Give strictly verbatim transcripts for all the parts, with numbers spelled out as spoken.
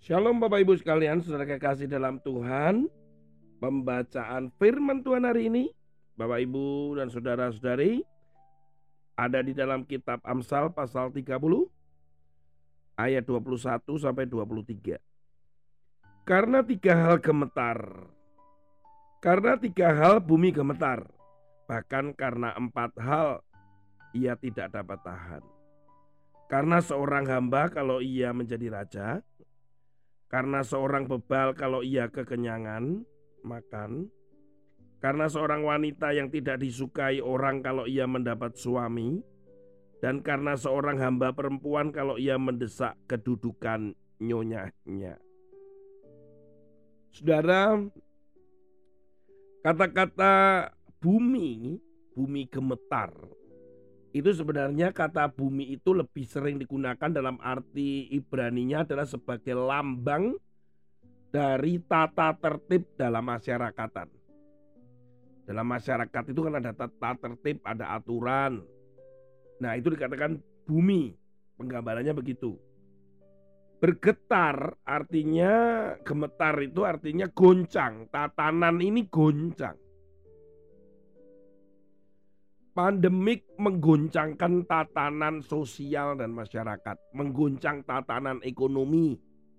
Shalom Bapak Ibu sekalian, saudara kekasih dalam Tuhan. Pembacaan firman Tuhan hari ini, Bapak Ibu dan saudara-saudari, ada di dalam kitab Amsal pasal tiga puluh ayat dua puluh satu sampai dua puluh tiga. Karena tiga hal gemetar, karena tiga hal bumi gemetar, bahkan karena empat hal ia tidak dapat tahan. Karena seorang hamba kalau ia menjadi raja, karena seorang bebal kalau ia kekenyangan makan, karena seorang wanita yang tidak disukai orang kalau ia mendapat suami, dan karena seorang hamba perempuan kalau ia mendesak kedudukan nyonyanya. Saudara, kata-kata bumi, bumi gemetar, itu sebenarnya kata bumi itu lebih sering digunakan dalam arti Ibraninya adalah sebagai lambang dari tata tertib dalam masyarakatan. Dalam masyarakat itu kan ada tata tertib, ada aturan. Nah, itu dikatakan bumi, penggambarannya begitu. Bergetar artinya, gemetar itu artinya goncang, tatanan ini goncang. Pandemik menggoncangkan tatanan sosial dan masyarakat, menggoncang tatanan ekonomi.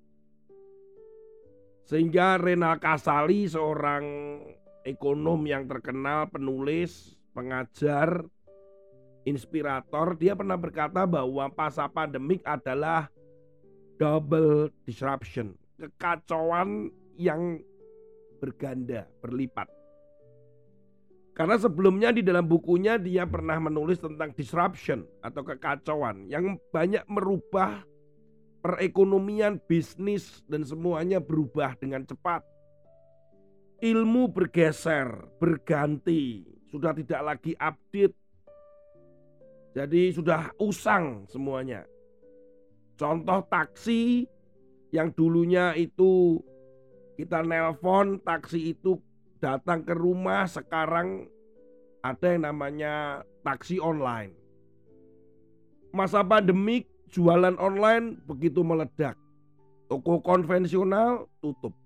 Sehingga Renal Kasali, seorang ekonom yang terkenal, penulis, pengajar, inspirator, dia pernah berkata bahwa masa pandemik adalah double disruption, kekacauan yang berganda, berlipat. Karena sebelumnya di dalam bukunya dia pernah menulis tentang disruption atau kekacauan yang banyak merubah perekonomian, bisnis, dan semuanya berubah dengan cepat. Ilmu bergeser, berganti, sudah tidak lagi update. Jadi sudah usang semuanya. Contoh taksi yang dulunya itu kita nelpon, taksi itu datang ke rumah, sekarang ada yang namanya taksi online. Masa pandemik jualan online begitu meledak, toko konvensional tutup.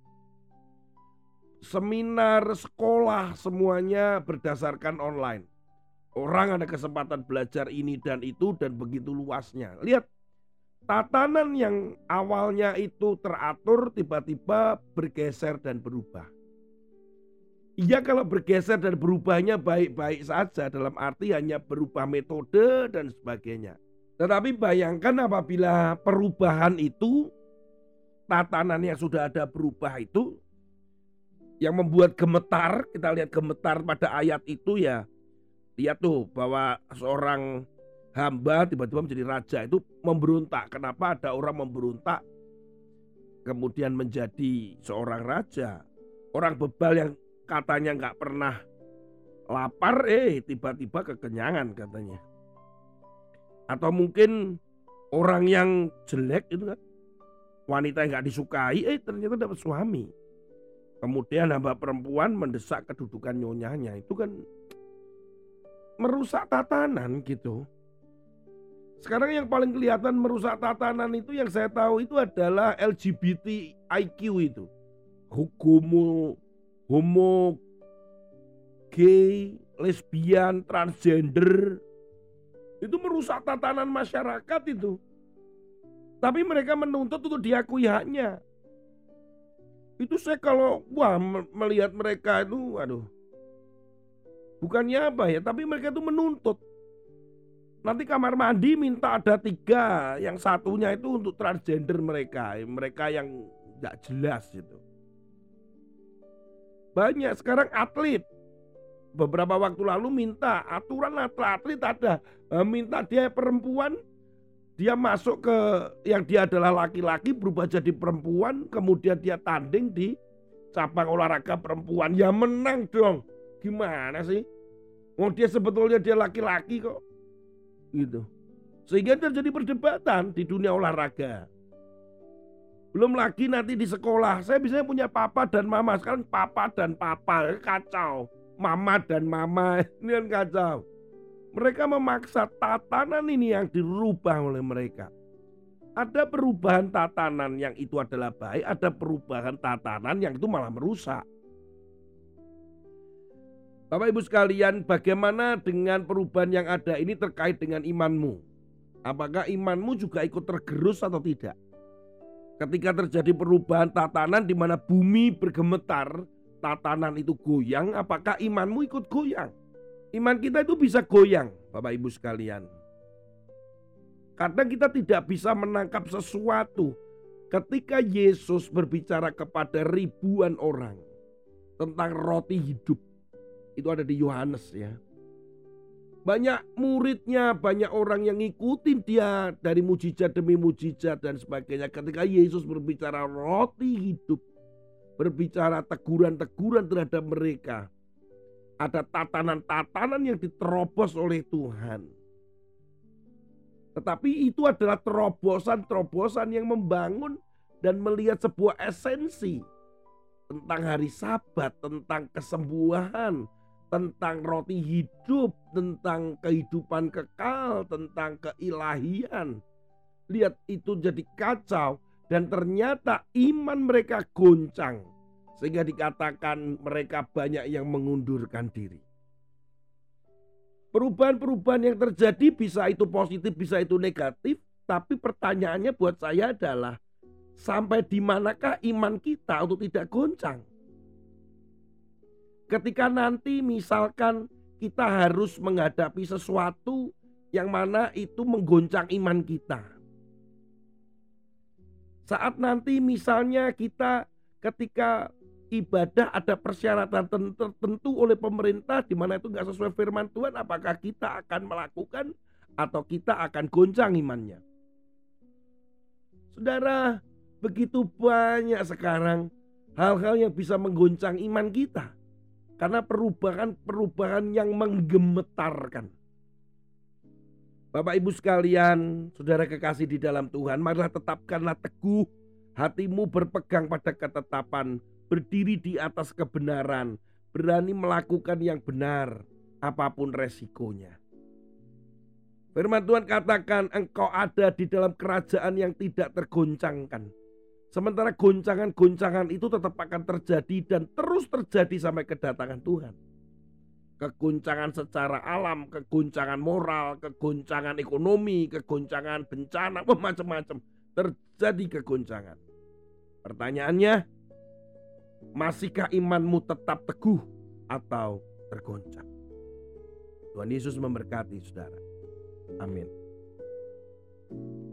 Seminar, sekolah semuanya berdasarkan online. Orang ada kesempatan belajar ini dan itu dan begitu luasnya. Lihat, tatanan yang awalnya itu teratur tiba-tiba bergeser dan berubah. Iya, kalau bergeser dan berubahnya baik-baik saja, dalam arti hanya berubah metode dan sebagainya. Tetapi bayangkan apabila perubahan itu, tatanan yang sudah ada berubah itu, yang membuat gemetar, kita lihat gemetar pada ayat itu ya, lihat tuh bahwa seorang hamba tiba-tiba menjadi raja itu memberontak. Kenapa ada orang memberontak kemudian menjadi seorang raja? Orang bebal yang katanya nggak pernah lapar, eh tiba-tiba kekenyangan katanya. Atau mungkin orang yang jelek itu kan, wanita yang nggak disukai, eh ternyata dapat suami. Kemudian hamba perempuan mendesak kedudukan nyonyanya, itu kan merusak tatanan gitu. Sekarang yang paling kelihatan merusak tatanan itu yang saya tahu itu adalah L G B T I Q itu. Hukumu homo, gay, lesbian, transgender, itu merusak tatanan masyarakat itu. Tapi mereka menuntut untuk diakui haknya. Itu saya kalau wah melihat mereka itu, aduh, bukannya apa ya, tapi mereka itu menuntut. Nanti kamar mandi minta ada tiga, yang satunya itu untuk transgender mereka, mereka yang nggak jelas itu. Banyak sekarang atlet, beberapa waktu lalu minta aturan atlet ada, minta dia perempuan, dia masuk ke yang dia adalah laki-laki berubah jadi perempuan, kemudian dia tanding di cabang olahraga perempuan, ya menang dong. Gimana sih? Oh, dia sebetulnya dia laki-laki kok, gitu. Sehingga terjadi perdebatan di dunia olahraga. Belum lagi nanti di sekolah, saya biasanya punya papa dan mama, sekarang papa dan papa, kacau. Mama dan mama, ini kan kacau. Mereka memaksa tatanan ini yang dirubah oleh mereka. Ada perubahan tatanan yang itu adalah baik, ada perubahan tatanan yang itu malah merusak. Bapak Ibu sekalian, bagaimana dengan perubahan yang ada ini terkait dengan imanmu? Apakah imanmu juga ikut tergerus atau tidak? Ketika terjadi perubahan tatanan di mana bumi bergemetar, tatanan itu goyang, apakah imanmu ikut goyang? Iman kita itu bisa goyang, Bapak Ibu sekalian. Kadang kita tidak bisa menangkap sesuatu ketika Yesus berbicara kepada ribuan orang tentang roti hidup. Itu ada di Yohanes ya. Banyak muridnya, banyak orang yang ngikutin dia dari mujizat demi mujizat dan sebagainya. Ketika Yesus berbicara roti hidup, berbicara teguran-teguran terhadap mereka, ada tatanan-tatanan yang diterobos oleh Tuhan. Tetapi itu adalah terobosan-terobosan yang membangun dan melihat sebuah esensi tentang hari Sabat, tentang kesembuhan, tentang roti hidup, tentang kehidupan kekal, tentang keilahian. Lihat itu jadi kacau dan ternyata iman mereka goncang. Sehingga dikatakan mereka banyak yang mengundurkan diri. Perubahan-perubahan yang terjadi bisa itu positif, bisa itu negatif. Tapi pertanyaannya buat saya adalah sampai di manakah iman kita untuk tidak goncang? Ketika nanti misalkan kita harus menghadapi sesuatu yang mana itu menggoncang iman kita. Saat nanti misalnya kita ketika ibadah ada persyaratan tertentu oleh pemerintah di mana itu nggak sesuai firman Tuhan, apakah kita akan melakukan atau kita akan goncang imannya? Saudara, begitu banyak sekarang hal-hal yang bisa menggoncang iman kita karena perubahan-perubahan yang menggemetarkan. Bapak Ibu sekalian, saudara kekasih di dalam Tuhan, marilah tetapkanlah teguh hatimu berpegang pada ketetapan, berdiri di atas kebenaran, berani melakukan yang benar, apapun resikonya. Firman Tuhan katakan engkau ada di dalam kerajaan yang tidak tergoncangkan. Sementara goncangan-goncangan itu tetap akan terjadi dan terus terjadi sampai kedatangan Tuhan. Kegoncangan secara alam, kegoncangan moral, kegoncangan ekonomi, kegoncangan bencana, macam-macam. Terjadi kegoncangan. Pertanyaannya, masihkah imanmu tetap teguh atau tergoncang? Tuhan Yesus memberkati saudara. Amin.